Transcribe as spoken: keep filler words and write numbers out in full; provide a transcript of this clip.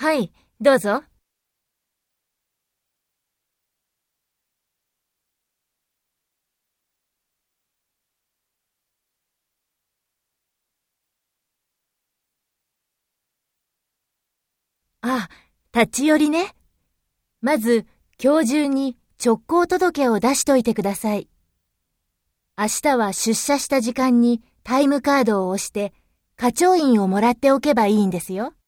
はい、どうぞ。あ、立ち寄りね。まず、今日中に直行届を出しといてください。明日は出社した時間にタイムカードを押して、課長印をもらっておけばいいんですよ。